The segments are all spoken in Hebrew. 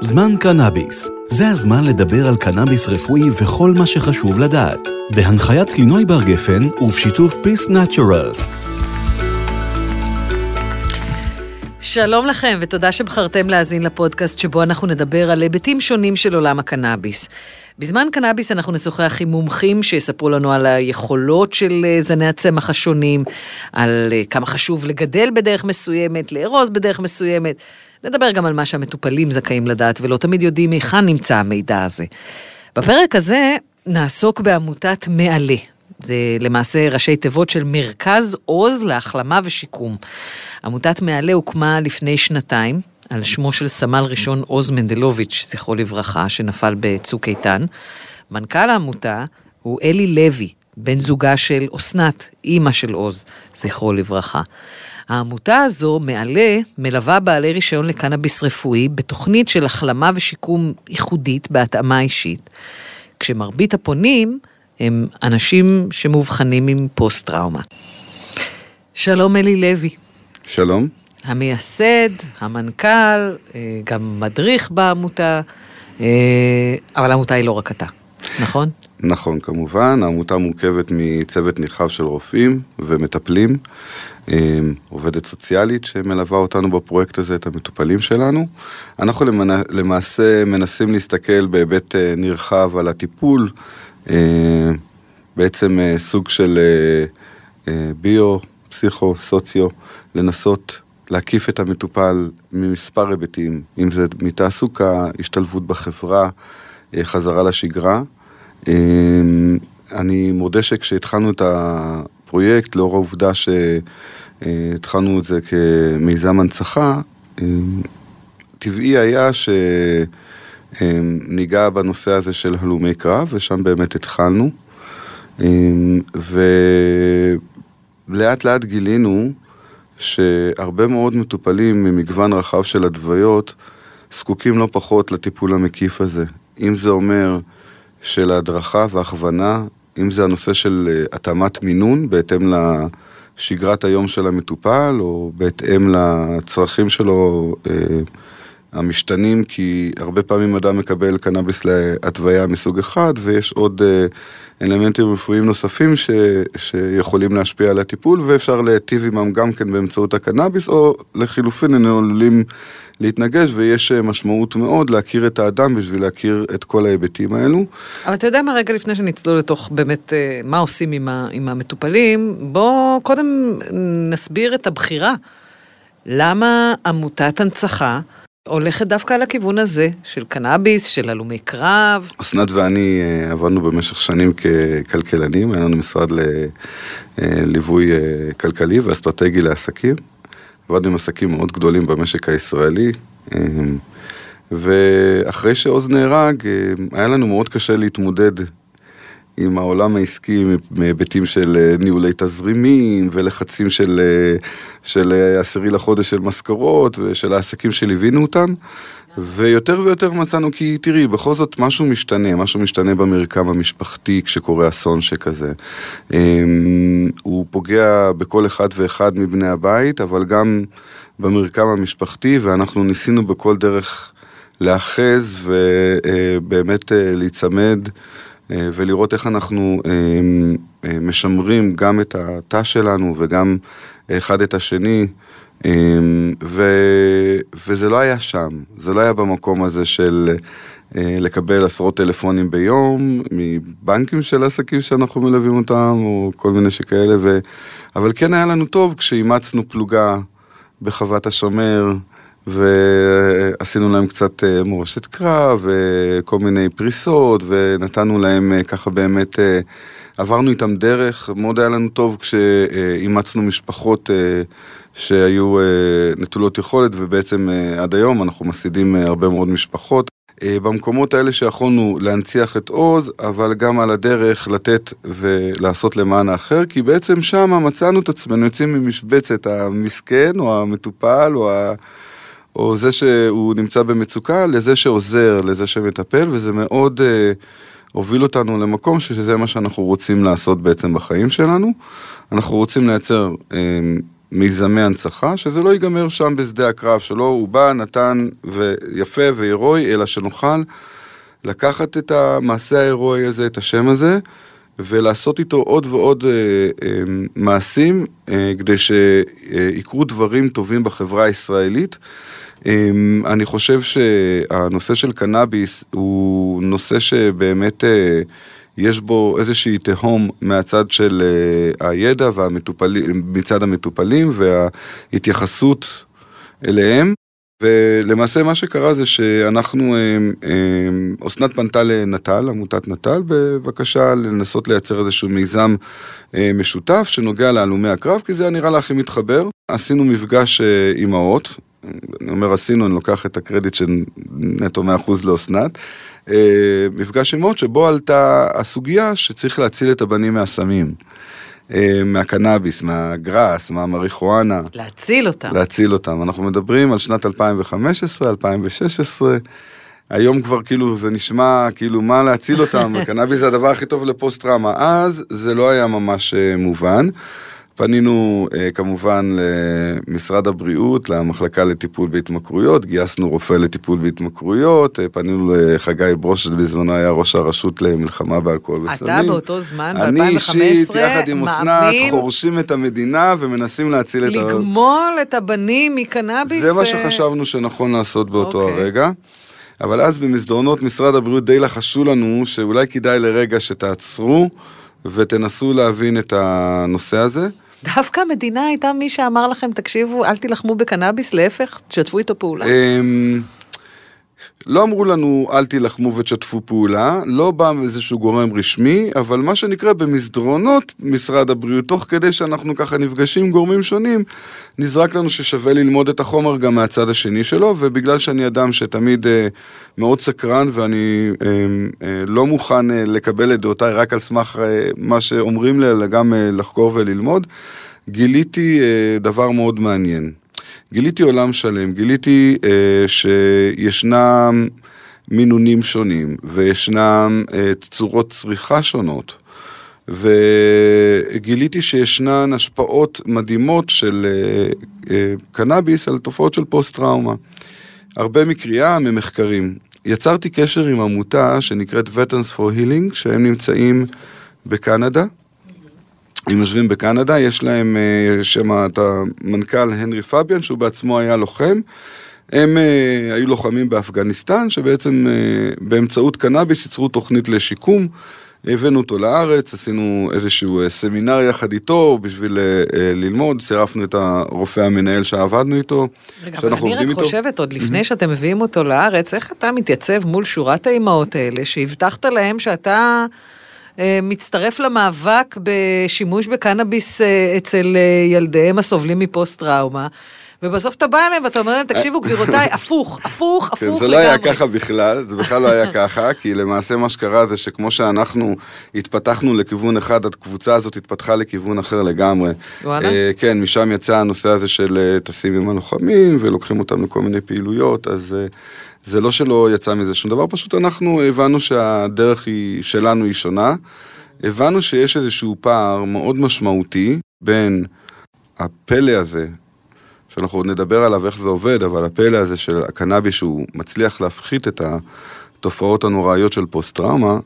זמן קנאביס. זה הזמן לדבר על קנאביס רפואי וכל מה שחשוב לדעת. בהנחיית לינוי בר גפן ובשיתוף Peace Naturals. שלום לכם ותודה שבחרתם להאזין לפודקאסט שבו אנחנו נדבר על היבטים שונים של עולם הקנאביס. בזמן קנאביס אנחנו נשוחח עם מומחים שיספרו לנו על היכולות של זני הצמח השונים, על כמה חשוב לגדל בדרך מסוימת, לארוז בדרך מסוימת. נדבר גם על מה שהמטופלים זכאים לדעת ולא תמיד יודעים היכן נמצא המידע הזה. בפרק הזה נעסוק בעמותת מעלה. זה למעשה ראשי תיבות של מרכז עוז להחלמה ושיקום. עמותת מעלה הוקמה לפני שנתיים, על שמו של סמל ראשון עוז מנדלוביץ', זכרו לברכה, שנפל בצוק איתן. מנכ"ל העמותה הוא אלי לוי, בן זוגה של אסנת, אמא של עוז, זכרו לברכה. העמותה הזו, מעלה, מלווה בעלי רישיון לקנאביס רפואי, בתוכנית של החלמה ושיקום ייחודית בהתאמה אישית, כשמרבית הפונים הם אנשים שמובחנים עם פוסט-טראומה. שלום אלי לוי. שלום. המייסד, המנכ"ל, גם מדריך בעמותה, אבל העמותה היא לא רק אתה, נכון? נכון, כמובן. העמותה מורכבת מצוות נרחב של רופאים ומטפלים, עובדת סוציאלית שמלווה אותנו בפרויקט הזה, את המטופלים שלנו. אנחנו למעשה מנסים להסתכל בהיבט נרחב על הטיפול, בעצם סוג של ביו, פסיכו, סוציו, לנסות להקיף את המטופל ממספר היבטים, אם זה מתעסוקה, השתלבות בחברה, חזרה לשגרה. אני מודה שכשהתחלנו את הפרויקט, לאור העובדה שהתחלנו את זה כמיזם הנצחה, טבעי היה שניגע בנושא הזה של הלומי קרב, ושם באמת התחלנו, ולאט לאט גילינו שהרבה מאוד מטופלים ממגוון רחב של הדוויות זקוקים לא פחות לטיפול המקיף הזה. אם זה אומר של ההדרכה והכוונה, אם זה הנושא של התאמת מינון בהתאם לשגרת היום של המטופל, או בהתאם לצרכים שלו המשתנים, כי הרבה פעמים אדם מקבל קנאביס להתוויה מסוג אחד, ויש עוד אלמנטים רפואיים נוספים שיכולים להשפיע על הטיפול, ואפשר להיטיב עמם גם כן באמצעות הקנאביס, או לחילופין הם עלולים להתנגש, ויש משמעות מאוד להכיר את האדם בשביל להכיר את כל ההיבטים האלו. אבל אתה יודע מה, רגע לפני שנצלול לתוך באמת מה עושים עם המטופלים, בוא קודם נסביר את הבחירה. למה עמותת הנצחה הולכת דווקא על הכיוון הזה, של קנאביס, של הלומי קרב? אסנת ואני עבדנו במשך שנים ככלכלנים, היה לנו משרד לליווי כלכלי ואסטרטגי לעסקים. עבדנו עם עסקים מאוד גדולים במשק הישראלי, ואחרי שעוז נהרג, היה לנו מאוד קשה להתמודד עם העולם העסקי, מהיבטים של ניהולי תזרימים, ולחצים של 10 לחודש של משכורות, ושל העסקים שליווינו אותם, ויותר ויותר מצאנו, כי תראי, בכל זאת משהו משתנה במרקם המשפחתי, כשקורה אסון שכזה. הוא פוגע בכל אחד ואחד מבני הבית, אבל גם במרקם המשפחתי, ואנחנו ניסינו בכל דרך לאחז, ובאמת להיצמד, ולראות איך אנחנו משמרים גם את התא שלנו וגם אחד את השני, וזה לא היה שם, זה לא היה במקום הזה של לקבל עשרות טלפונים ביום, מבנקים של עסקים שאנחנו מלווים אותם, או כל מיני שכאלה, אבל כן היה לנו טוב כשאימצנו פלוגה בחוות השומר, ועשינו להם קצת מורשת קרב, וכל מיני פריסות, ונתנו להם ככה באמת, עברנו איתם דרך, מאוד היה לנו טוב כשאימצנו משפחות שהיו נטולות יכולת, ובעצם עד היום אנחנו מסידים הרבה מאוד משפחות. במקומות האלה שיכולנו להנציח את עוז, אבל גם על הדרך לתת ולעשות למען האחר, כי בעצם שם מצאנו את עצמנו, יוצאים ממשבצת המסכן, או המטופל, או זה שהוא נמצא במצוקה, לזה שעוזר, לזה שמטפל, וזה מאוד הוביל אותנו למקום שזה מה שאנחנו רוצים לעשות בעצם בחיים שלנו. אנחנו רוצים לייצר מיזמי הנצחה, שזה לא ייגמר שם בשדה הקרב שלו, הוא בא, נתן ויפה והירואי, אלא שנוכל לקחת את המעשה ההירואי הזה, את השם הזה, ולעשות איתו עוד ועוד מעשים, כדי שיקרו דברים טובים בחברה הישראלית. אני חושב שהנושא של קנאביס הוא נושא שבאמת יש בו איזושהי תהום מהצד של הידע מצד המטופלים וההתייחסות אליהם. ולמעשה מה שקרה זה שאנחנו, אסנת פנתה לנטל, עמותת נטל, בבקשה לנסות לייצר איזשהו מיזם משותף שנוגע להלומי הקרב, כי זה היה נראה לה הכי מתחבר. עשינו מפגש אימהות, אני אומר עשינו, אני לוקח את הקרדיט של נטו 100% לאסנת, מפגש אימהות שבו עלתה הסוגיה שצריך להציל את הבנים מהסמים. מהקנאביס, מהגראס, מהמריחואנה. להציל אותם. אנחנו מדברים על שנת 2015, 2016. היום כבר כאילו זה נשמע כאילו מה להציל אותם. הקנאביס זה הדבר הכי טוב לפוסט-טראומה. אז זה לא היה ממש מובן. פנינו כמובן למשרד הבריאות, למחלקה לטיפול בהתמכרויות, גייסנו רופא לטיפול בהתמכרויות, פנינו לחגי ברוש, בזמנו היה ראש הרשות למלחמה באלכוהול וסמים. אתה באותו זמן, ב-2015, אני אישית, יחד עם אסנת, חורשים את המדינה ומנסים להציל את לגמול את הבנים מקנאביס. זה מה שחשבנו שנכון לעשות באותו הרגע. אבל אז במסדרונות משרד הבריאות די לחשו לנו שאולי כדאי לרגע שתעצרו ותנסו להבין את הנושא הזה. דווקא המדינה הייתה מי שאמר לכם, תקשיבו, אל תלחמו בקנאביס, להפך, תשתפו איתו פעולה. לא אמרו לנו, אל תלחמו ותשתפו פעולה, לא בא איזשהו גורם רשמי, אבל מה שנקרא במסדרונות משרד הבריאות, תוך כדי שאנחנו ככה נפגשים עם גורמים שונים, נזרק לנו ששווה ללמוד את החומר גם מהצד השני שלו, ובגלל שאני אדם שתמיד מאוד סקרן, ואני לא מוכן לקבל את דעותיי רק על סמך מה שאומרים לי, אלא גם לחקור וללמוד, גיליתי דבר מאוד מעניין. גיליתי עולם שלם, גיליתי שישנם מינונים שונים, וישנם צורות צריכה שונות, וגיליתי שישנן השפעות מדהימות של קנאביס על תופעות של פוסט-טראומה. הרבה מקריאה ממחקרים. יצרתי קשר עם עמותה שנקראת Veterans for Healing, שהם נמצאים בקנדה, הם יושבים בקנדה, יש להם שם את המנכ"ל הנרי פביאן, שהוא בעצמו היה לוחם. הם היו לוחמים באפגניסטן, שבעצם באמצעות קנאביס ייצרו תוכנית לשיקום, הבאנו אותו לארץ, עשינו איזשהו סמינר יחד איתו, בשביל ללמוד, צירפנו את הרופא המנהל שעבדנו איתו. רגע, אבל אני רק חושבת, עוד לפני שאתם מביאים אותו לארץ, איך אתה מתייצב מול שורת האימהות האלה, שהבטחת להם שאתה מצטרף למאבק בשימוש בקנאביס אצל ילדיהם הסובלים מפוסט-טראומה, ובסוף אתה בא אליהם ואתה אומר להם, תקשיבו גבירותיי, הפוך לגמרי. זה לא היה ככה בכלל, זה בכלל לא היה ככה, כי למעשה מה שקרה זה שכמו שאנחנו התפתחנו לכיוון אחד, הקבוצה הזאת התפתחה לכיוון אחר לגמרי. כן, משם יצא הנושא הזה של טסים עם הלוחמים, ולוקחים אותם לכל מיני פעילויות, אז זה לא שלא יצא מזה שום דבר, פשוט אנחנו הבנו שהדרך שלנו היא שונה, הבנו שיש איזשהו פער מאוד משמעותי בין הפלא הזה, שאנחנו עוד נדבר עליו איך זה עובד, אבל הפלא הזה של הקנאביס שהוא מצליח להפחית את התופעות הנוראיות של פוסט-טראומה,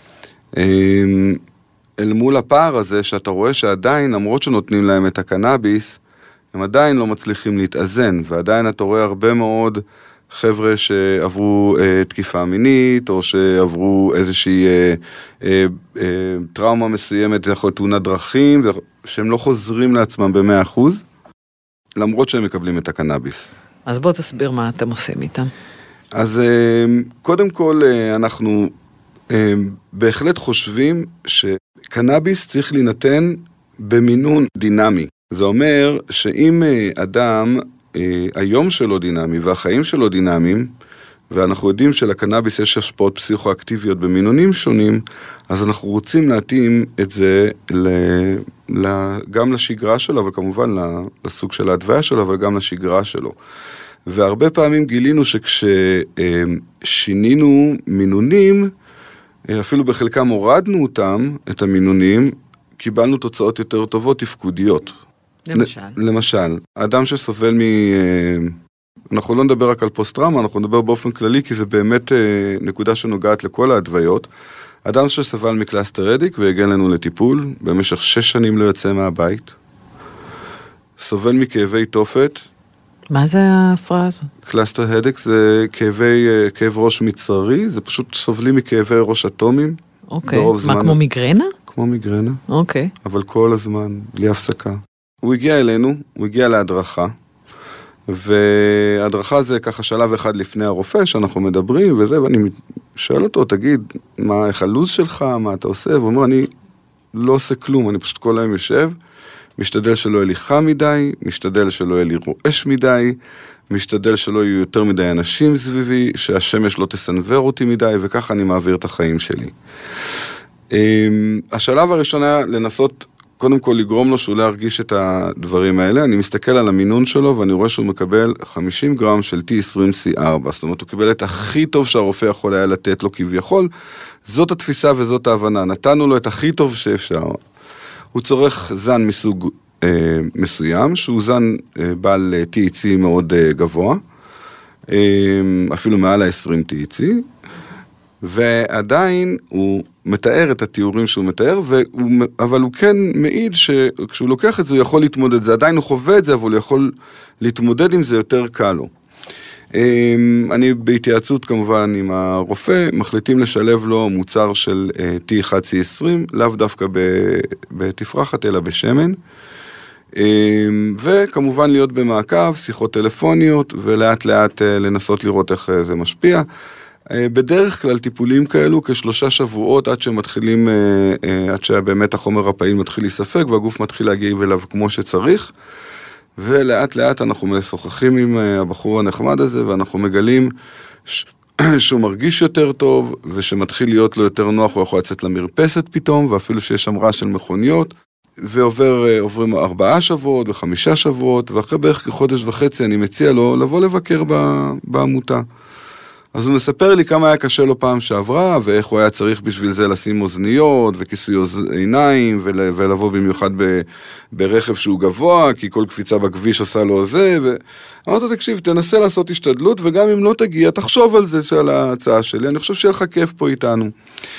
אל מול הפער הזה שאתה רואה שעדיין, למרות שנותנים להם את הקנאביס, הם עדיין לא מצליחים להתאזן, ועדיין אתה רואה הרבה מאוד חבר'ה שעברו תקיפה מינית, או שעברו איזושהי טראומה מסוימת, זה יכול להיות תאונת דרכים, שהם לא חוזרים לעצמם ב100%, למרות שהם מקבלים את הקנאביס. אז בוא תסביר מה אתם עושים איתם. אז קודם כל אנחנו בהחלט חושבים שקנאביס צריך להינתן במינון דינמי. זה אומר שאם אדם היום שלו דינמי והחיים שלו דינמיים, ואנחנו יודעים שלקנאביס יש השפעות פסיכואקטיביות במינונים שונים, אז אנחנו רוצים להתאים את זה גם לשגרה שלו, אבל כמובן לסוג של ההדוויה שלו, אבל גם לשגרה שלו. והרבה פעמים גילינו שכששינינו מינונים, אפילו בחלקם הורדנו אותם, את המינונים, קיבלנו תוצאות יותר טובות, תפקודיות. למשל, אדם שסובל אנחנו לא נדבר רק על פוסט-טראומה, אנחנו נדבר באופן כללי, כי זה באמת נקודה שנוגעת לכל ההדוויות. אדם שסבל מקלאסטר הדיק והגיע לנו לטיפול, במשך 6 שנים לא יוצא מהבית, סובל מכאבי תופת. מה זה ההפרעה הזו? קלאסטר הדיק זה כאב ראש מצררי, זה פשוט סובלים מכאבי ראש אטומיים. אוקיי, מה כמו מיגרנה? כמו מיגרנה. אוקיי. אבל כל הזמן, בלי הפסקה. הוא הגיע אלינו, הוא הגיע להדרכה, והדרכה זה ככה שלב אחד לפני הרופא שאנחנו מדברים וזה, ואני שואל אותו, תגיד, איך הלו"ז שלך, מה אתה עושה? והוא אומר, אני לא עושה כלום, אני פשוט כל היום יושב, משתדל שלא יהיה לי חם מדי, משתדל שלא יהיה לי רועש מדי, משתדל שלא יהיו יותר מדי אנשים סביבי, שהשמש לא תסנבר אותי מדי, וככה אני מעביר את החיים שלי. השלב הראשון היה לנסות קודם כל לגרום לו שהוא לא ירגיש את הדברים האלה. אני מסתכל על המינון שלו ואני רואה שהוא מקבל 50 גרם של T20C4. זאת אומרת, הוא קיבל את הכי טוב שהרופא יכול היה לתת לו כביכול. זאת התפיסה וזאת ההבנה. נתנו לו את הכי טוב שאפשר. הוא צורך זן מסוג מסוים, שהוא זן בעל THC מאוד גבוה, אפילו מעל ה-20 THC, ועדיין הוא מתאר את התיאורים שהוא מתאר, אבל הוא כן מעיד שכשהוא לוקח את זה הוא יכול להתמודד, זה עדיין הוא חווה את זה, אבל הוא יכול להתמודד עם זה יותר קל לו. אני בהתייעצות כמובן עם הרופא, מחליטים לשלב לו מוצר של T1C20, לאו דווקא בתפרחת אלא בשמן, וכמובן להיות במעקב, שיחות טלפוניות, ולאט לאט לנסות לראות איך זה משפיע. בדרך כלל טיפולים כאלו כ3 שבועות עד שמתחילים, עד שבאמת החומר הפעיל מתחיל להיספק, והגוף מתחיל להגיב אליו כמו שצריך, ולאט לאט אנחנו משוחחים עם הבחור הנחמד הזה, ואנחנו מגלים שהוא מרגיש יותר טוב, ושמתחיל להיות לו יותר נוח, הוא יכול לצאת למרפסת פתאום, ואפילו שיש המראה של מכוניות, ועוברים 4 שבועות ו5 שבועות, ואחרי בערך כחודש וחצי אני מציע לו לבוא לבקר בעמותה. אז הוא מספר לי כמה היה קשה לו פעם שעברה, ואיך הוא היה צריך בשביל זה לשים אוזניות, וכיסוי עיניים, ולבוא במיוחד ברכב שהוא גבוה, כי כל קפיצה בכביש עושה לו זה, ואמרת, תקשיב, תנסה לעשות השתדלות, וגם אם לא תגיע, תחשוב על זה, על ההצעה שלי, אני חושב שיהיה לך כיף פה איתנו.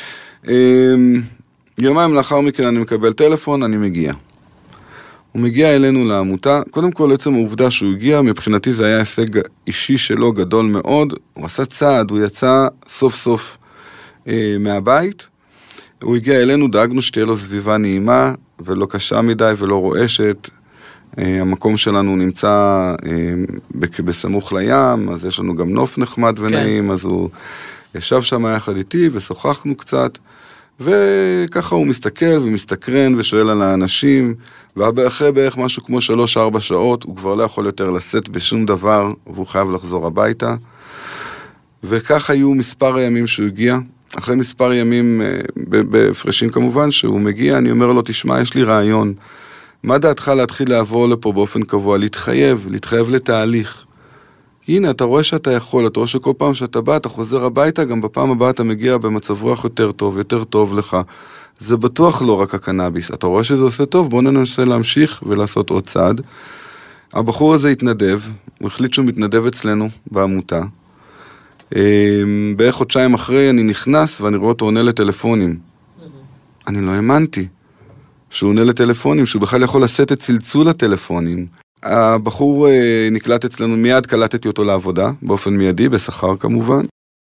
יומיים לאחר מכן אני מקבל טלפון, אני מגיע. הוא מגיע אלינו לעמותה, קודם כל עצם העובדה שהוא הגיע, מבחינתי זה היה הישג אישי שלו גדול מאוד, הוא עשה צעד, הוא יצא סוף סוף מהבית, הוא הגיע אלינו, דאגנו שתהיה לו סביבה נעימה, ולא קשה מדי ולא רועשת, המקום שלנו נמצא בסמוך לים, אז יש לנו גם נוף נחמד ונעים, אז הוא ישב שם יחד איתי ושוחחנו קצת, וככה הוא מסתכל ומסתקרן ושואל על האנשים, ואחרי בערך משהו כמו 3-4 שעות, הוא כבר לא יכול יותר לשאת בשום דבר, והוא חייב לחזור הביתה. וכך היו מספר הימים שהוא הגיע. אחרי מספר ימים, בפרשים כמובן, שהוא מגיע, אני אומר לו, תשמע, יש לי רעיון. מה דעתך להתחיל לעבור לפה באופן קבוע? להתחייב לתהליך. הנה, אתה רואה שאתה יכול, אתה רואה שכל פעם שאתה בא, אתה חוזר הביתה, גם בפעם הבאה אתה מגיע במצב רוח יותר טוב לך. זה בטוח לא רק הקנאביס. אתה רואה שזה עושה טוב, בוא ננסה להמשיך ולעשות עוד צעד. הבחור הזה התנדב, הוא החליט שהוא מתנדב אצלנו בעמותה. בערך חודשיים אחרי אני נכנס ואני רואה אותו עונה לטלפונים. אני לא האמנתי שהוא עונה לטלפונים, שהוא בכלל יכול לשאת את צלצול הטלפונים. הבחור נקלט אצלנו, מיד קלטתי אותו לעבודה, באופן מיידי, בשכר כמובן.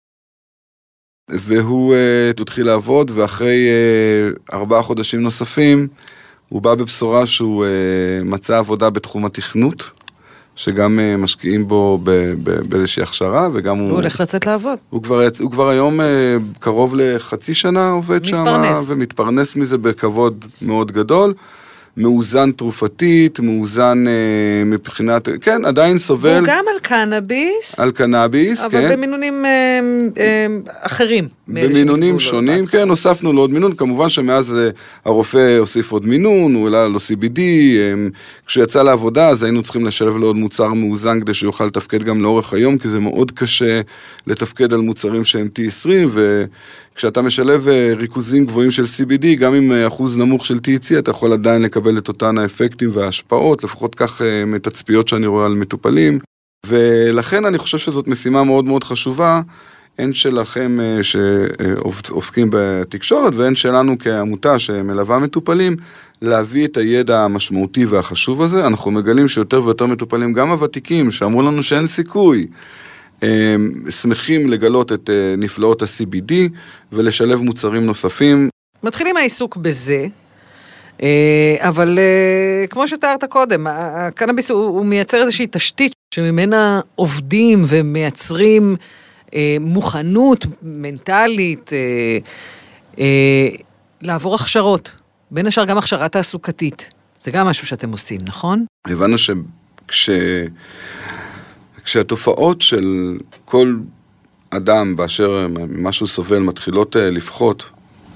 והוא התחיל לעבוד, ואחרי 4 חודשים נוספים, הוא בא בבשורה שהוא מצא עבודה בתחום התכנות, שגם משקיעים בו באיזושהי הכשרה, וגם הוא הולך לצאת לעבוד. הוא כבר היום קרוב לחצי שנה עובד שם, ומתפרנס מזה בכבוד מאוד גדול. מאוזן תרופתית, מאוזן מבחינת, כן, עדיין סובל. הוא גם על קנאביס. על קנאביס, אבל כן. אבל במינונים אחרים. במינונים שונים, כן, הוספנו לו עוד מינון, כמובן שמאז הרופא הוסיף עוד מינון, הוא העלה לו CBD, כשיצא לעבודה, אז היינו צריכים לשלב לו עוד מוצר מאוזן, כדי שיוכל לתפקד גם לאורך היום, כי זה מאוד קשה לתפקד על מוצרים שהם T20, כשאתה משלב ריכוזים גבוהים של CBD, גם עם אחוז נמוך של THC, אתה יכול עדיין לקבל את אותן האפקטים וההשפעות, לפחות כך מתצפיות שאני רואה על מטופלים, ולכן אני חושב שזאת משימה מאוד מאוד חשובה, הן שלכם שעוסקים בתקשורת, והן שלנו כעמותה שמלווה מטופלים, להביא את הידע המשמעותי והחשוב הזה. אנחנו מגלים שיותר ויותר מטופלים, גם הוותיקים, שאמרו לנו שאין סיכוי, שמחים לגלות את נפלאות ה-CBD, ולשלב מוצרים נוספים. מתחילים העיסוק בזה, אבל כמו שתיארת קודם, הקנאביס הוא מייצר איזושהי תשתית, שממנה עובדים ומייצרים מוכנות מנטלית, לעבור הכשרות, בין השאר גם הכשרה תעסוקתית. זה גם משהו שאתם עושים, נכון? הבנו כשהתופעות של כל אדם באשר משהו סובל מתחילות לפחות,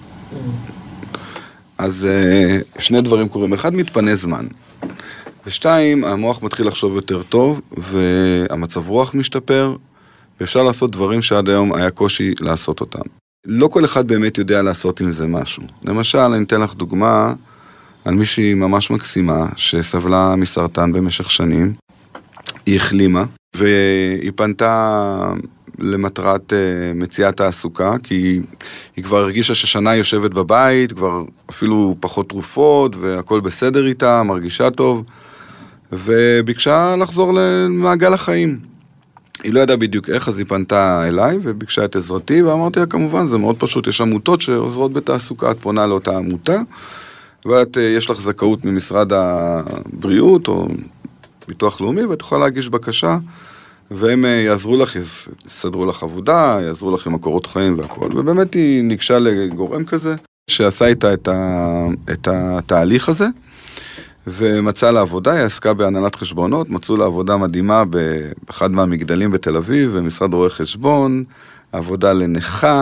אז שני דברים קורים. אחד, מתפנה זמן. ושתיים, המוח מתחיל לחשוב יותר טוב, והמצב רוח משתפר, ואפשר לעשות דברים שעד היום היה קושי לעשות אותם. לא כל אחד באמת יודע לעשות עם זה משהו. למשל, אני אתן לך דוגמה על מישהי ממש מקסימה, שסבלה מסרטן במשך שנים. היא החלימה, והיא פנתה למטרת מציאת תעסוקה, כי היא כבר הרגישה ששנה יושבת בבית, כבר אפילו פחות תרופות, והכל בסדר איתה, מרגישה טוב, וביקשה לחזור למעגל החיים. היא לא ידעה בדיוק איך, אז היא פנתה אליי, וביקשה את עזרתי, ואמרתי לה, כמובן, זה מאוד פשוט, יש עמותות שעוזרות בתעסוקה, את פונה לאותה עמותה, ואת יש לך זכאות ממשרד הבריאות, או ביטוח לאומי, ואת יכולה להגיש בקשה, והם יעזרו לך, יסדרו לך עבודה, יעזרו לך עם מקורות חיים והכל, ובאמת היא ניגשה לגורם כזה, שעשה איתה את התהליך הזה, ומצאה לעבודה, היא עסקה בהנהלת חשבונות, מצאו לעבודה מדהימה באחד מהמגדלים בתל אביב, במשרד רואי חשבון, עבודה לנכה,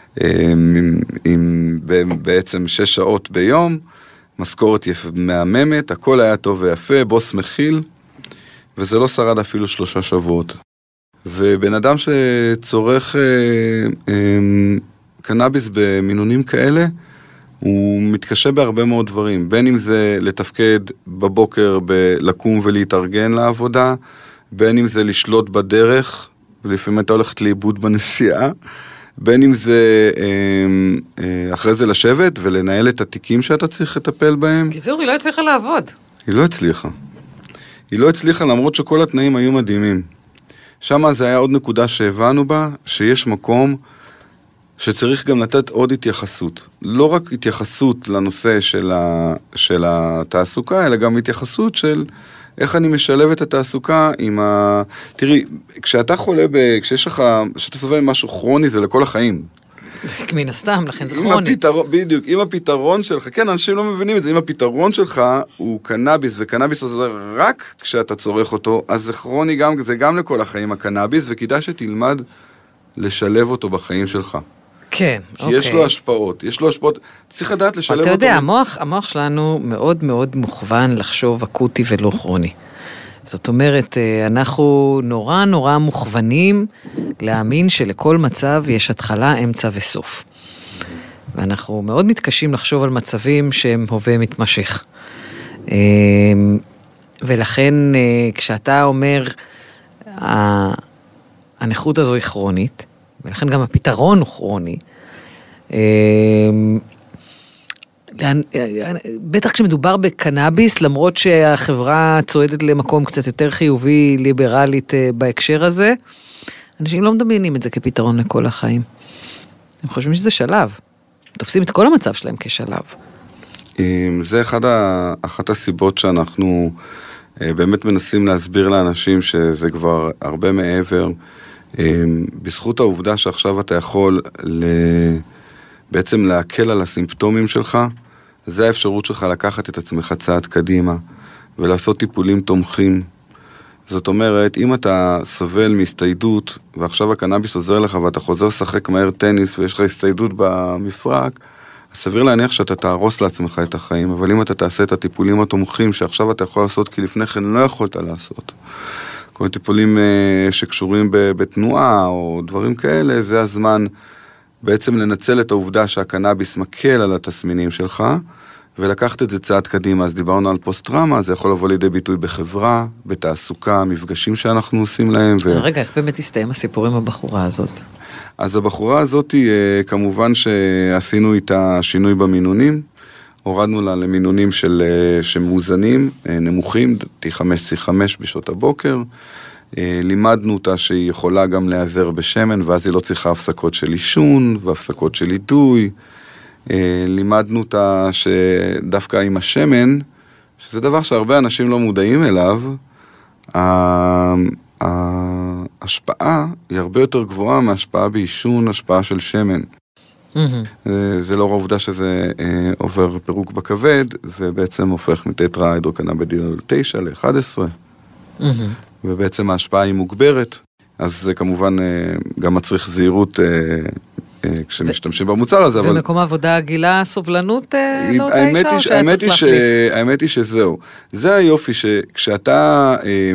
עם בעצם 6 שעות ביום, משכורת מהממת, הכל היה טוב ויפה, בוס מכיל, וזה לא שרד אפילו 3 שבועות. ובן אדם שצורך קנאביס במינונים כאלה, הוא מתקשה בהרבה מאוד דברים, בין אם זה לתפקד בבוקר לקום ולהתארגן לעבודה, בין אם זה לשלוט בדרך, ולפעמים אתה הולכת לאיבוד בנסיעה, בין אם זה אחרי זה לשבת ולנהל את התיקים שאתה צריך לטפל בהם. קיצור, היא לא הצליחה לעבוד. היא לא הצליחה. היא לא הצליחה למרות שכל התנאים היו מדהימים. שם זה היה עוד נקודה שהבנו בה, שיש מקום שצריך גם לתת עוד התייחסות. לא רק התייחסות לנושא של התעסוקה, אלא גם התייחסות של איך אני משלב את התעסוקה עם תראי, כשאתה חולה, כשאתה סובל משהו כרוני, זה לכל החיים. מן הסתם, לכן זה כרוני. בדיוק, אם הפתרון שלך, כן, אנשים לא מבינים את זה, אם הפתרון שלך הוא קנאביס, וקנאביס עוזר רק כשאתה צורך אותו, אז זה כרוני גם, זה גם לכל החיים הקנאביס, וכדאי שתלמד לשלב אותו בחיים שלך. כן, כי יש לו השפעות, צריך לדעת לשלב אותו. אתה יודע, המוח שלנו מאוד מאוד מוכוון לחשוב אקוטי ולא כרוני. זאת אומרת, אנחנו נורא נורא מוכוונים להאמין שלכל מצב יש התחלה, אמצע וסוף. ואנחנו מאוד מתקשים לחשוב על מצבים שהם הווה מתמשך. ולכן, כשאתה אומר, הנכות הזו היא כרונית, ולכן גם הפתרון הוא כרוני, בטח כשמדובר בקנאביס, למרות שהחברה צועדת למקום קצת יותר חיובי, ליברלית בהקשר הזה, אנשים לא מדמיינים את זה כפתרון לכל החיים. הם חושבים שזה שלב. תופסים את כל המצב שלהם כשלב. זה אחת הסיבות שאנחנו באמת מנסים להסביר לאנשים שזה כבר הרבה מעבר, בזכות העובדה שעכשיו אתה יכול בעצם להקל על הסימפטומים שלך, זה האפשרות שלך לקחת את עצמך צעד קדימה, ולעשות טיפולים תומכים. זאת אומרת, אם אתה סובל מהסתיידות, ועכשיו הקנאביס עוזר לך, ואתה חוזר לשחק מהר טניס, ויש לך הסתיידות במפרק, אז סביר להניח שאתה תהרוס לעצמך את החיים, אבל אם אתה תעשה את הטיפולים התומכים, שעכשיו אתה יכול לעשות, כי לפני כן לא יכולת לעשות, כל טיפולים שקשורים בתנועה, או דברים כאלה, זה הזמן בעצם לנצל את העובדה שהקנאביס מקל על התסמינים שלך, ולקחת את זה צעד קדימה. אז דיברנו על פוסט-טראומה, זה יכול לבוא לידי ביטוי בחברה, בתעסוקה, מפגשים שאנחנו עושים להם. רגע, איך באמת הסתיים הסיפור עם הבחורה הזאת? אז הבחורה הזאת, כמובן שעשינו איתה שינוי במינונים, הורדנו לה למינונים שמאוזנים, נמוכים, T5C5 בשעות הבוקר, לימדנו אותה שהיא יכולה גם להיעזר בשמן, ואז היא לא צריכה הפסקות של אישון, והפסקות של אידוי, לימדנו אותה שדווקא עם השמן, שזה דבר שהרבה אנשים לא מודעים אליו, ההשפעה היא הרבה יותר גבוהה מהשפעה באישון, השפעה של שמן. זה לא העובדה שזה עובר פירוק בכבד, ובעצם הופך מטטרה הידרוקנאבידיול 9 ל-11, ובעצם ההשפעה היא מוגברת, אז זה כמובן גם מצריך זהירות כשמשתמשים במוצר הזה. במקום העבודה גילה סובלנות לאותה אישה, או שהיה צריך להחליף? האמת היא שזהו. זה היופי שכשאתה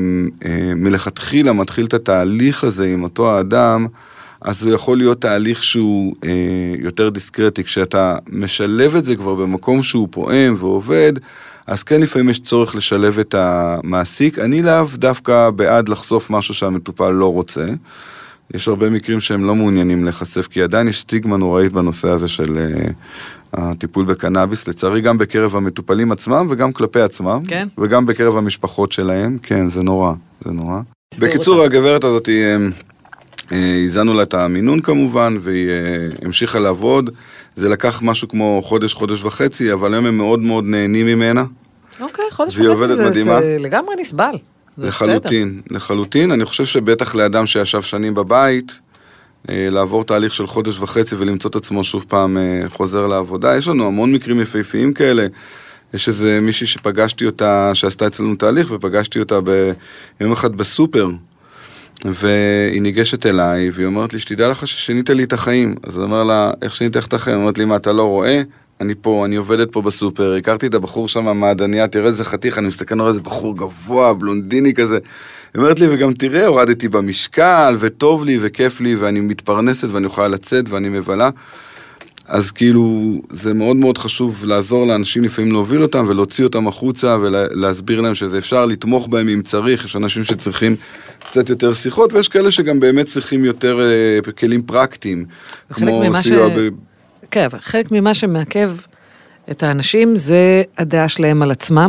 מלכתחילה מתחיל את התהליך הזה עם אותו האדם, אז זה יכול להיות תהליך שהוא יותר דיסקרטי. כשאתה משלב את זה כבר במקום שהוא פועם ועובד, אז כן לפעמים יש צורך לשלב את המעסיק. אני לאו דווקא בעד לחשוף משהו שהמטופל לא רוצה. יש הרבה מקרים שהם לא מעוניינים לחשף, כי עדיין יש סטיגמה נוראית בנושא הזה של הטיפול בקנאביס, לצערי גם בקרב המטופלים עצמם וגם כלפי עצמם, כן? וגם בקרב המשפחות שלהם, כן, זה נורא, זה נורא. בקיצור, הגברת הזאת, הזענו לה את המינון כמובן, והיא המשיכה לעבוד, זה לקח משהו כמו חודש, חודש וחצי, אבל הם מאוד מאוד נהנים ממנה. אוקיי, חודש וחצי זה לגמרי נסבל. לחלוטין, לחלוטין. אני חושב שבטח לאדם שישב שנים בבית, לעבור תהליך של חודש וחצי ולמצוא את עצמו שוב פעם חוזר לעבודה. יש לנו המון מקרים יפהפיים כאלה. יש איזה מישהי שפגשתי אותה, שעשתה אצלנו תהליך, ופגשתי אותה ביום אחד בסופר, והיא ניגשת אליי, והיא אומרת לי, שתדע לך ששינית לי את החיים. אז אני אומר לה, איך שינית את החיים? היא אומרת לי, מה, אתה לא רואה? אני פה, אני עובדת פה בסופר, הכרתי את הבחור שם מהמעדניה, תראה איזה חתיך, אני מסתכל, רואה איזה בחור גבוה, בלונדיני כזה. היא אומרת לי, וגם תראה, הורדתי במשקל, וטוב לי, וכיף לי, ואני מתפרנסת, ואני יכולה לצאת, ואני מבלה. אז כאילו, זה מאוד מאוד חשוב לעזור לאנשים לפעמים להוביל אותם, ולהוציא אותם החוצה, ולהסביר להם שזה אפשר לתמוך בהם אם צריך. יש אנשים שצריכים קצת יותר שיחות, ויש כאלה שגם באמת צריכים יותר כלים פרקטיים, כמו סיוע כן, אבל חלק ממה שמעכב את האנשים זה הדעה שלהם על עצמם,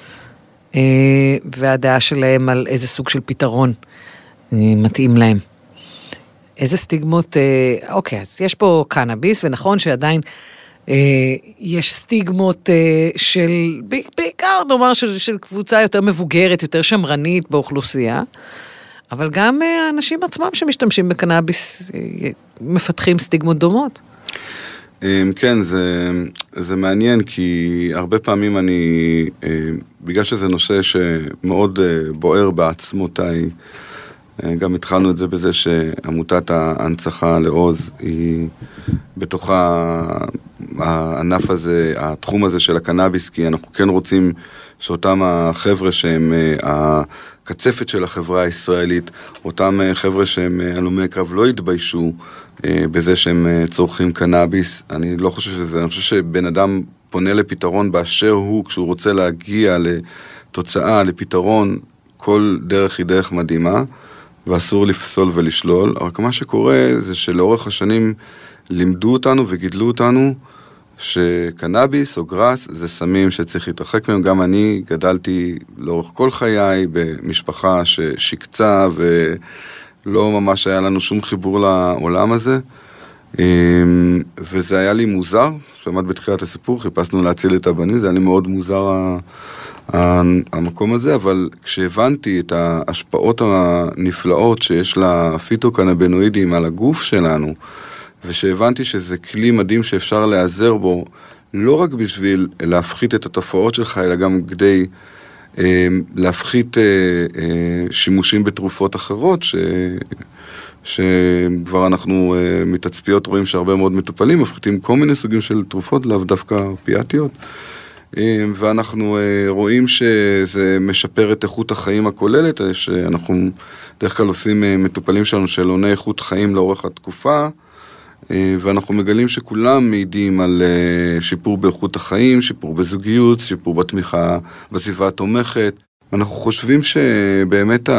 והדעה שלהם על איזה סוג של פתרון מתאים להם. איזה סטיגמות, אוקיי, אז יש פה קנאביס, ונכון שעדיין יש סטיגמות של, בעיקר נאמר של קבוצה יותר מבוגרת, יותר שמרנית באוכלוסייה, אבל גם האנשים עצמם שמשתמשים בקנאביס מפתחים סטיגמות דומות. כן, זה מעניין, כי הרבה פעמים בגלל שזה נושא שמאוד בוער בעצמותיי, גם התחלנו את זה בזה שעמותת ההנצחה לעוז היא בתוך הענף הזה, התחום הזה של הקנאביס, כי אנחנו כן רוצים שאותם החבר'ה שהם הקצפת של החברה הישראלית, אותם חבר'ה שהם הלומי קרב לא יתביישו בזה שהם צורכים קנאביס. אני לא חושב שזה, אני חושב שבן אדם פונה לפתרון באשר הוא, כשהוא רוצה להגיע לתוצאה, לפתרון, כל דרך היא דרך מדהימה, ואסור לפסול ולשלול. רק מה שקורה זה שלאורך השנים לימדו אותנו וגידלו אותנו שקנאביס או גראס זה סמים שצריך להתרחק מהם. גם אני גדלתי לאורך כל חיי במשפחה ששקצה ולא ממש היה לנו שום חיבור לעולם הזה. וזה היה לי מוזר, שעמד בתחילת הסיפור, חיפשנו להציל את הבנים, זה היה לי מאוד מוזר המקום הזה, אבל כשהבנתי את ההשפעות הנפלאות שיש לפיטוקנבינואידים על הגוף שלנו, ושהבנתי שזה כלי מדהים שאפשר להיעזר בו, לא רק בשביל להפחית את התופעות שלך, אלא גם כדי להפחית שימושים בתרופות אחרות, שכבר אנחנו מתצפיות רואים שהרבה מאוד מטופלים, מפחיתים כל מיני סוגים של תרופות, לאו דווקא אופיאטיות, ואנחנו רואים שזה משפר את איכות החיים הכוללת, שאנחנו דרך כלל עושים מטופלים שלנו שאלוני איכות חיים לאורך התקופה, ואנחנו מגלים שכולם מעידים על שיפור באיכות החיים, שיפור בזוגיות, שיפור בתמיכה בסביבה התומכת. אנחנו חושבים שבאמת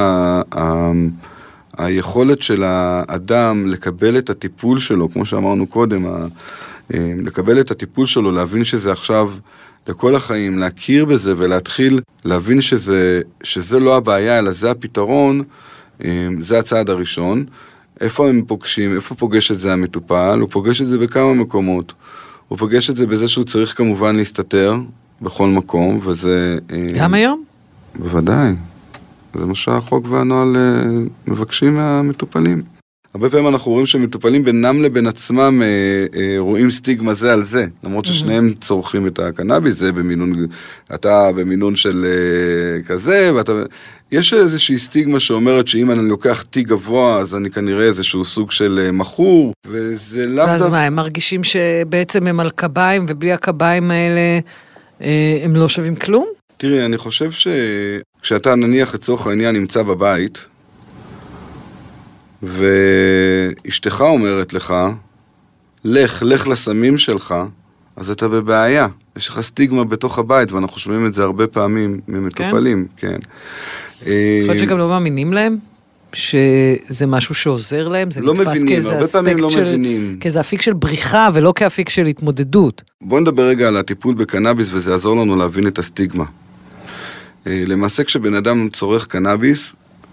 היכולת של האדם לקבל את הטיפול שלו, כמו שאמרנו קודם, לקבל את הטיפול שלו, להבין שזה עכשיו לכל החיים, להכיר בזה ולהתחיל להבין שזה לא הבעיה, אלא זה הפתרון, זה הצעד הראשון. איפה הם פוגשים, איפה פוגש את זה המטופל? הוא פוגש את זה בכמה מקומות. הוא פוגש את זה בזה שהוא צריך כמובן להסתתר בכל מקום, וזה... גם היום? בוודאי. זה מה שהחוק והנוהל מבקשים מהמטופלים. הרבה פעמים אנחנו רואים שמטופלים בינם לבין עצמם רואים סטיגמה זה על זה, למרות ששניהם צורכים את הקנאביס, זה במינון, אתה במינון של כזה, יש איזושהי סטיגמה שאומרת שאם אני לוקח תיק גבוה, אז אני כנראה איזשהו סוג של מכור, וזה לאו ואז מה, הם מרגישים שבעצם הם על קביים, ובלי הקביים האלה הם לא שווים כלום? תראי, אני חושב שכשאתה נניח לצורך העניין נמצא בבית, ואשתך אומרת לך, לך לסמים שלך, אז אתה בבעיה. יש לך סטיגמה בתוך הבית, ואנחנו שומעים את זה הרבה פעמים ממטופלים, כן. יכול להיות שגם לא מאמינים להם? שזה משהו שעוזר להם? לא מבינים, הרבה פעמים לא מבינים. כאיזה אפיק של בריחה, ולא כאפיק של התמודדות. בואו נדבר רגע על הטיפול בקנאביס, וזה יעזור לנו להבין את הסטיגמה. למעשה כשבן אדם צורך קנאביס,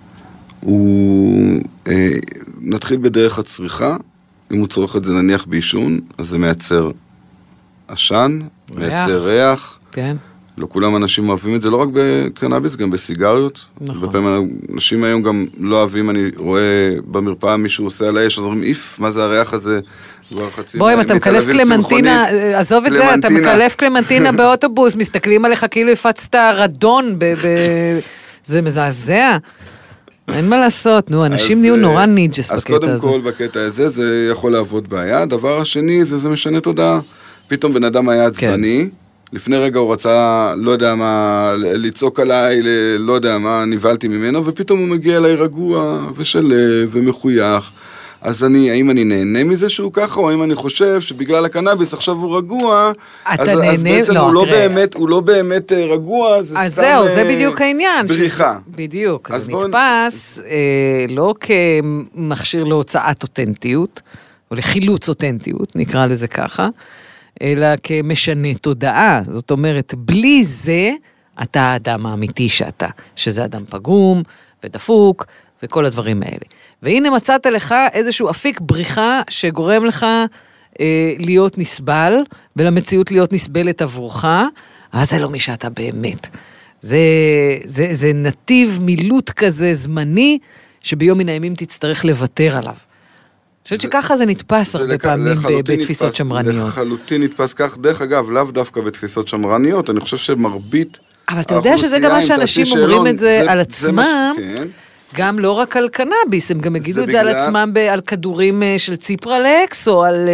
הוא נתחיל בדרך הצריכה, אם הוא צורך את זה נניח באישון, אז זה מייצר עשן, מייצר ריח. כן. לא כולם אנשים אוהבים את זה, לא רק בקנאביס, גם בסיגריות. נכון. בפעמים אנשים היום גם לא אוהבים, אני רואה במרפאה מישהו עושה על האש, אז אומרים, איף, מה זה הריח הזה? בוא, אם אתה מקלף קלמנטינה, עזוב את זה, אתה מקלף קלמנטינה באוטובוס, מסתכלים עליך כאילו הפצת רדון, זה מזעזע. אין מה לעשות, נו, אנשים נהיו נורא ניג'ס בקטע הזה. אז קודם כל בקטע הזה, זה יכול לעבוד בעיה. הדבר השני, זה משנה תודעה. פתאום בן אדם היה עצבני, לפני רגע הוא רצה, לא יודע מה, לצעוק עליי, לא יודע מה, נבלתי ממנו, ופתאום הוא מגיע אליי רגוע ושלב ומחוייך. אז האם אני נהנה מזה שהוא ככה, או האם אני חושב שבגלל הקנאביס עכשיו הוא רגוע, אז בעצם הוא לא באמת רגוע, זה סתם אז זהו, זה בדיוק העניין. בריחה. בדיוק, זה נתפס לא כמכשיר להוצאת אותנטיות, או לחילוץ אותנטיות, נקרא לזה ככה, אלא כמשנה תודעה. זאת אומרת, בלי זה, אתה האדם האמיתי שאתה, שזה אדם פגום ודפוק, וכל הדברים האלה. והנה מצאת לך איזשהו אפיק בריחה שגורם לך להיות נסבל, ולמציאות להיות נסבלת עבורך, אז זה לא מי שאתה באמת. זה נתיב מילוט כזה זמני, שביום מן הימים תצטרך לוותר עליו. אני חושבת שככה זה נתפס הרבה פעמים בתפיסות שמרניות. לחלוטין נתפס כך, דרך אגב, לאו דווקא בתפיסות שמרניות, אני חושב שמרבית אבל אתה יודע שזה גם מה שאנשים אומרים את זה על עצמם, גם לא רק על קנאביס, הם גם יגידו את זה על עצמם, על כדורים של ציפרלקס, או על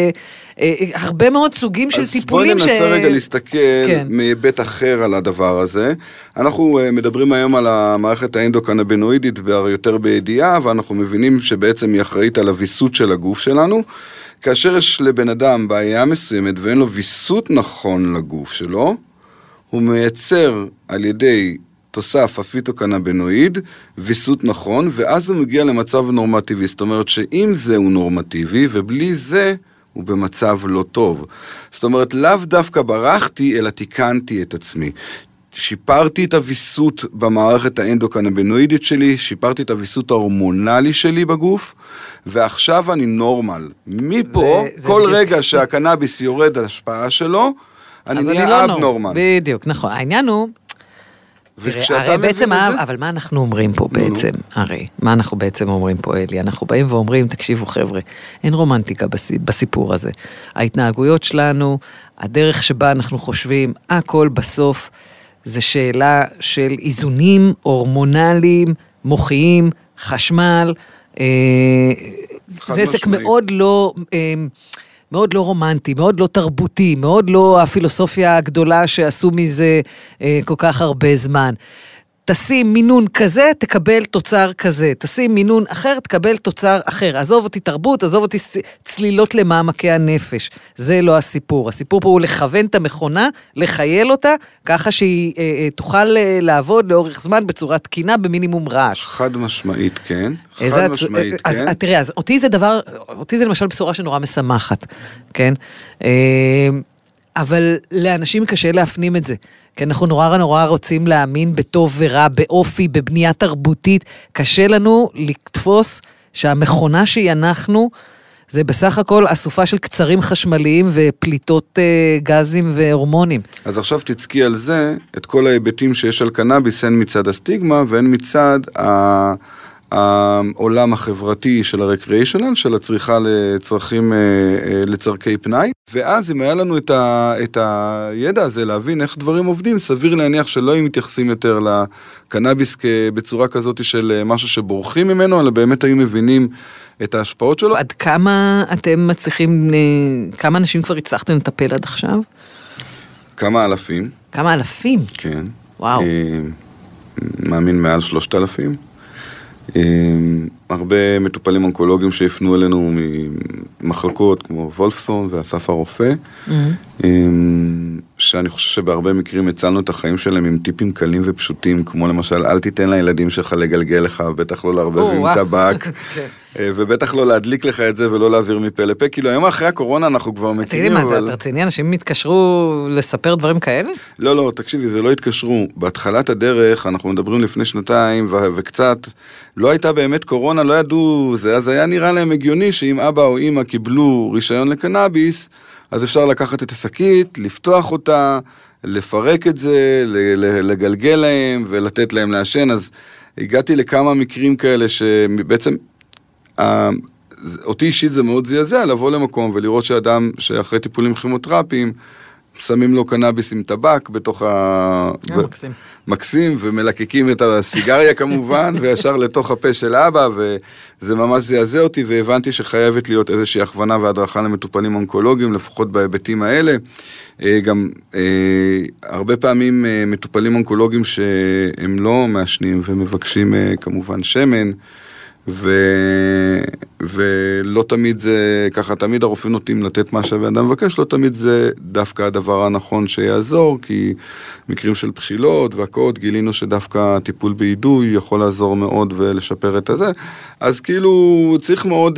הרבה מאוד סוגים של טיפולים. אז בואי ננסה רגע להסתכל מהיבט אחר על הדבר הזה. אנחנו מדברים היום על המערכת האנדוקנבינואידית יותר בידיעה, ואנחנו מבינים שבעצם היא אחראית על הוויסות של הגוף שלנו. כאשר יש לבן אדם בעיה מסוימת ואין לו ויסות נכון לגוף שלו, הוא מייצר על ידי תוסף הפיטוקנבינואיד, ויסות נכון, ואז הוא מגיע למצב נורמטיבי. זאת אומרת שאם זה הוא נורמטיבי, ובלי זה הוא במצב לא טוב. זאת אומרת, לאו דווקא ברחתי, אלא תיקנתי את עצמי. שיפרתי את הוויסות במערכת האנדוקנבינואידית שלי, שיפרתי את הוויסות ההורמונלי שלי בגוף, ועכשיו אני נורמל. מפה, כל רגע שהקנאביס יורד על השפעה שלו, אני נהיה אבנורמל. בדיוק, נכון. העניין הוא, הרי בעצם, אבל מה אנחנו אומרים פה בעצם? הרי, מה אנחנו בעצם אומרים פה, אלי? אנחנו באים ואומרים, תקשיבו חבר'ה, אין רומנטיקה בסיפור הזה. ההתנהגויות שלנו, הדרך שבה אנחנו חושבים, הכל בסוף, זה שאלה של איזונים הורמונליים, מוחיים, חשמל, זה עסק מאוד לא רומנטי, מאוד לא תרבותי, מאוד לא הפילוסופיה הגדולה שעשו מזה כל כך הרבה זמן. תשים מינון כזה, תקבל תוצר כזה. תשים מינון אחר, תקבל תוצר אחר. עזוב אותי תרבות, עזוב אותי צלילות למעמקי הנפש. זה לא הסיפור. הסיפור פה הוא לכוון את המכונה, לחייל אותה, ככה שהיא תוכל לעבוד לאורך זמן בצורה תקינה במינימום רעש. חד משמעית, כן. חד משמעית, כן. אז תראה, אז אותי זה למשל בשורה שנורא משמחת, כן? אבל לאנשים קשה להפנים את זה. כי אנחנו נורא רוצים להאמין בטוב ורע, באופי, בבנייה תרבותית. קשה לנו לתפוס שהמכונה שהיא אנחנו, זה בסך הכל אסופה של קצרים חשמליים ופליטות גזים והורמונים. אז עכשיו תצקי על זה את כל ההיבטים שיש על קנאביס, הן מצד הסטיגמה והן מצד העולם החברתי של הרקריאיישנל, של הצריכה לצרכי פנאי, ואז אם היה לנו את הידע הזה להבין איך דברים עובדים, סביר להניח שלא היו מתייחסים יותר לקנאביס בצורה כזאת של משהו שבורחים ממנו, אלא באמת היו מבינים את ההשפעות שלו. עד כמה אתם מצליחים, כמה אנשים כבר הצלחתם לטפל עד עכשיו? כמה אלפים. כמה אלפים? כן. וואו. מאמין מעל 3,000. הרבה מטופלים אונקולוגיים שהפנו אלינו ממחלקות כמו וולפסון ואסף הרופא, שאני חושב שבהרבה מקרים הצלנו את החיים שלהם עם טיפים קלים ופשוטים, כמו למשל, אל תיתן לילדים שלך לגלגל לך, בטח לא לערבב עם טבק, ובטח לא להדליק לך את זה ולא להעביר מפה לפה, כאילו היום אחרי הקורונה אנחנו כבר מכירים. תגידי מה, אתה רציני, אנשים התקשרו לספר דברים כאלה? לא, תקשיבי, זה לא התקשרו. בהתחלת הדרך, אנחנו מדברים לפני שנתיים וקצת, לא הייתה באמת קורונה, לא ידעו, אז היה נראה להם הגיוני שאם אבא או אמא קיבלו רישיון לקנאביס, אז אפשר לקחת את השקית, לפתוח אותה, לפרק את זה, לגלגל להם ולתת להם לעשן. אז הגעתי לכמה מקרים כאלה שבעצם אותי אישית זה מאוד זעזע לבוא למקום ולראות שאדם שאחרי טיפולים כימותרפיים שמים לו קנאביס עם טבק בתוך מקסים. מקסים, ומלקקים את הסיגריה כמובן, וישר לתוך הפה של אבא, וזה ממש זעזע אותי, והבנתי שחייבת להיות איזושהי הכוונה והדרכה למטופלים אונקולוגיים, לפחות בהיבטים האלה. גם הרבה פעמים מטופלים אונקולוגיים שהם לא מעשנים, ומבקשים כמובן שמן, ולא תמיד זה, ככה תמיד הרופאים נוטים לתת מה שהאדם מבקש, לא תמיד זה דווקא הדבר הנכון שיעזור, כי מקרים של בחילות והקוד, גילינו שדווקא טיפול בעידוי יכול לעזור מאוד ולשפר את הזה, אז כאילו צריך מאוד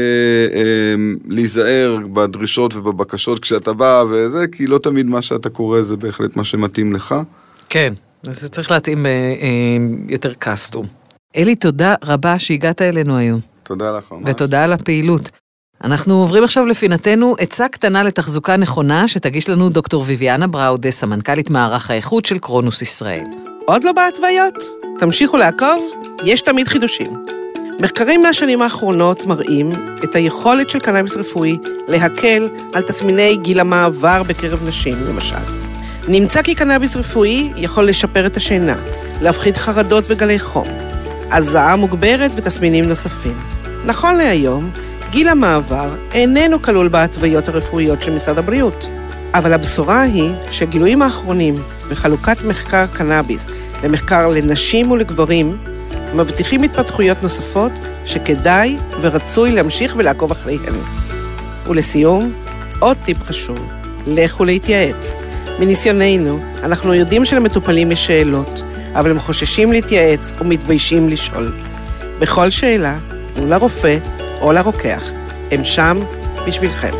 להיזהר בדרישות ובבקשות כשאתה בא וזה, כי לא תמיד מה שאתה קורא זה בהחלט מה שמתאים לך. כן, זה צריך להתאים יותר קסטום. אלי, תודה רבה שהגעת אלינו היום. תודה לך. ותודה על הפעילות. אנחנו עוברים עכשיו לפינתנו עצה קטנה לתחזוקה נכונה, שתגיש לנו דוקטור ויביאנה בראודה, סמנכ"לית מערך האיכות של קרונוס ישראל. עוד לא בהתוויות? תמשיכו לעקוב, יש תמיד חידושים. מחקרים מהשנים האחרונות מראים את היכולת של קנאביס רפואי להקל על תסמיני גיל המעבר בקרב נשים, למשל. נמצא כי קנאביס רפואי יכול לשפר את השינה, להפחית חרדות וגלי חום, הזעה מוגברת ותסמינים נוספים. נכון להיום, גיל המעבר איננו כלול בהתוויות הרפואיות של משרד הבריאות. אבל הבשורה היא שהגילויים האחרונים בחלוקת מחקר קנאביס למחקר לנשים ולגברים מבטיחים התפתחויות נוספות שכדאי ורצוי להמשיך ולעקוב אחריהן. ולסיום, עוד טיפ חשוב, לכו להתייעץ. מניסיוננו, אנחנו יודעים שלמטופלים יש שאלות, אבל הם חוששים להתייעץ ומתביישים לשאול. בכל שאלה, תנו לרופא או לרוקח, הם שם בשבילכם.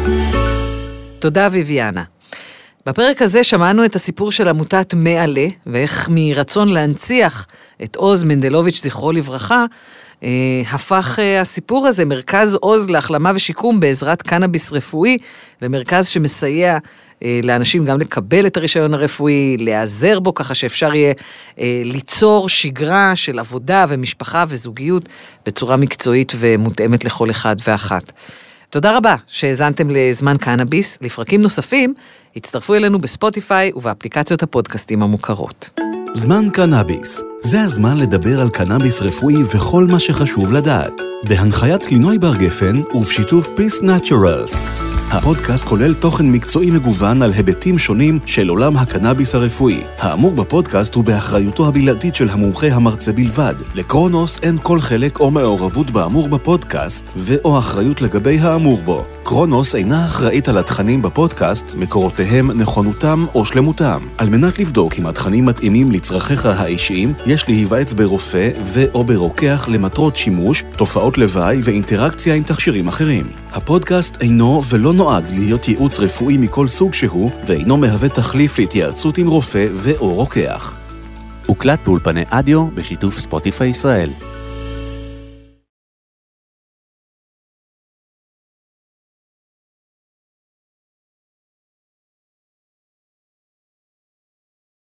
תודה ויביאנה. בפרק הזה שמענו את הסיפור של עמותת מעלה, ואיך מרצון להנציח את עוז מנדלוביץ' זכרו לברכה, הפך הסיפור הזה, מרכז עוז להחלמה ושיקום בעזרת קנאביס רפואי, למרכז שמסייע לאנשים גם לקבל את הרישיון הרפואי, להיעזר בו ככה שאפשר יהיה ליצור שגרה של עבודה ומשפחה וזוגיות בצורה מקצועית ומותאמת לכל אחד ואחת. תודה רבה שהזנתם לזמן קנאביס. לפרקים נוספים הצטרפו אלינו בספוטיפיי ובאפליקציות הפודקאסטים המוכרות. זמן קנאביס. זה הזמן לדבר על קנאביס רפואי וכל מה שחשוב לדעת. בהנחיית לינוי בר גפן ובשיתוף Peace Naturals. הפודקאסט כולל תוכן מקצועי מגוון על היבטים שונים של עולם הקנאביס הרפואי. האמור בפודקאסט הוא באחריותו הבלעדית של המומחה המרצה בלבד. לקרונוס אין כל חלק או מעורבות באמור בפודקאסט ו/או אחריות לגבי האמור בו. קרונוס אינה אחראית על התכנים בפודקאסט, מקורותיהם, נכונותם או שלמותם. על מנת לבדוק אם התכנים מתאימים לצרכיך האישיים, יש להיוועץ ברופא ו/או ברוקח למטרות שימוש, תופעות לוואי ואינטראקציה עם תכשירים אחרים. הפודקאסט אינו ולא נועד להיות ייעוץ רפואי מכל סוג שהוא, ואינו מהווה תחליף להתייעצות עם רופא ו/או רוקח. הוקלט באולפני אדיו בשיתוף ספוטיפיי ישראל.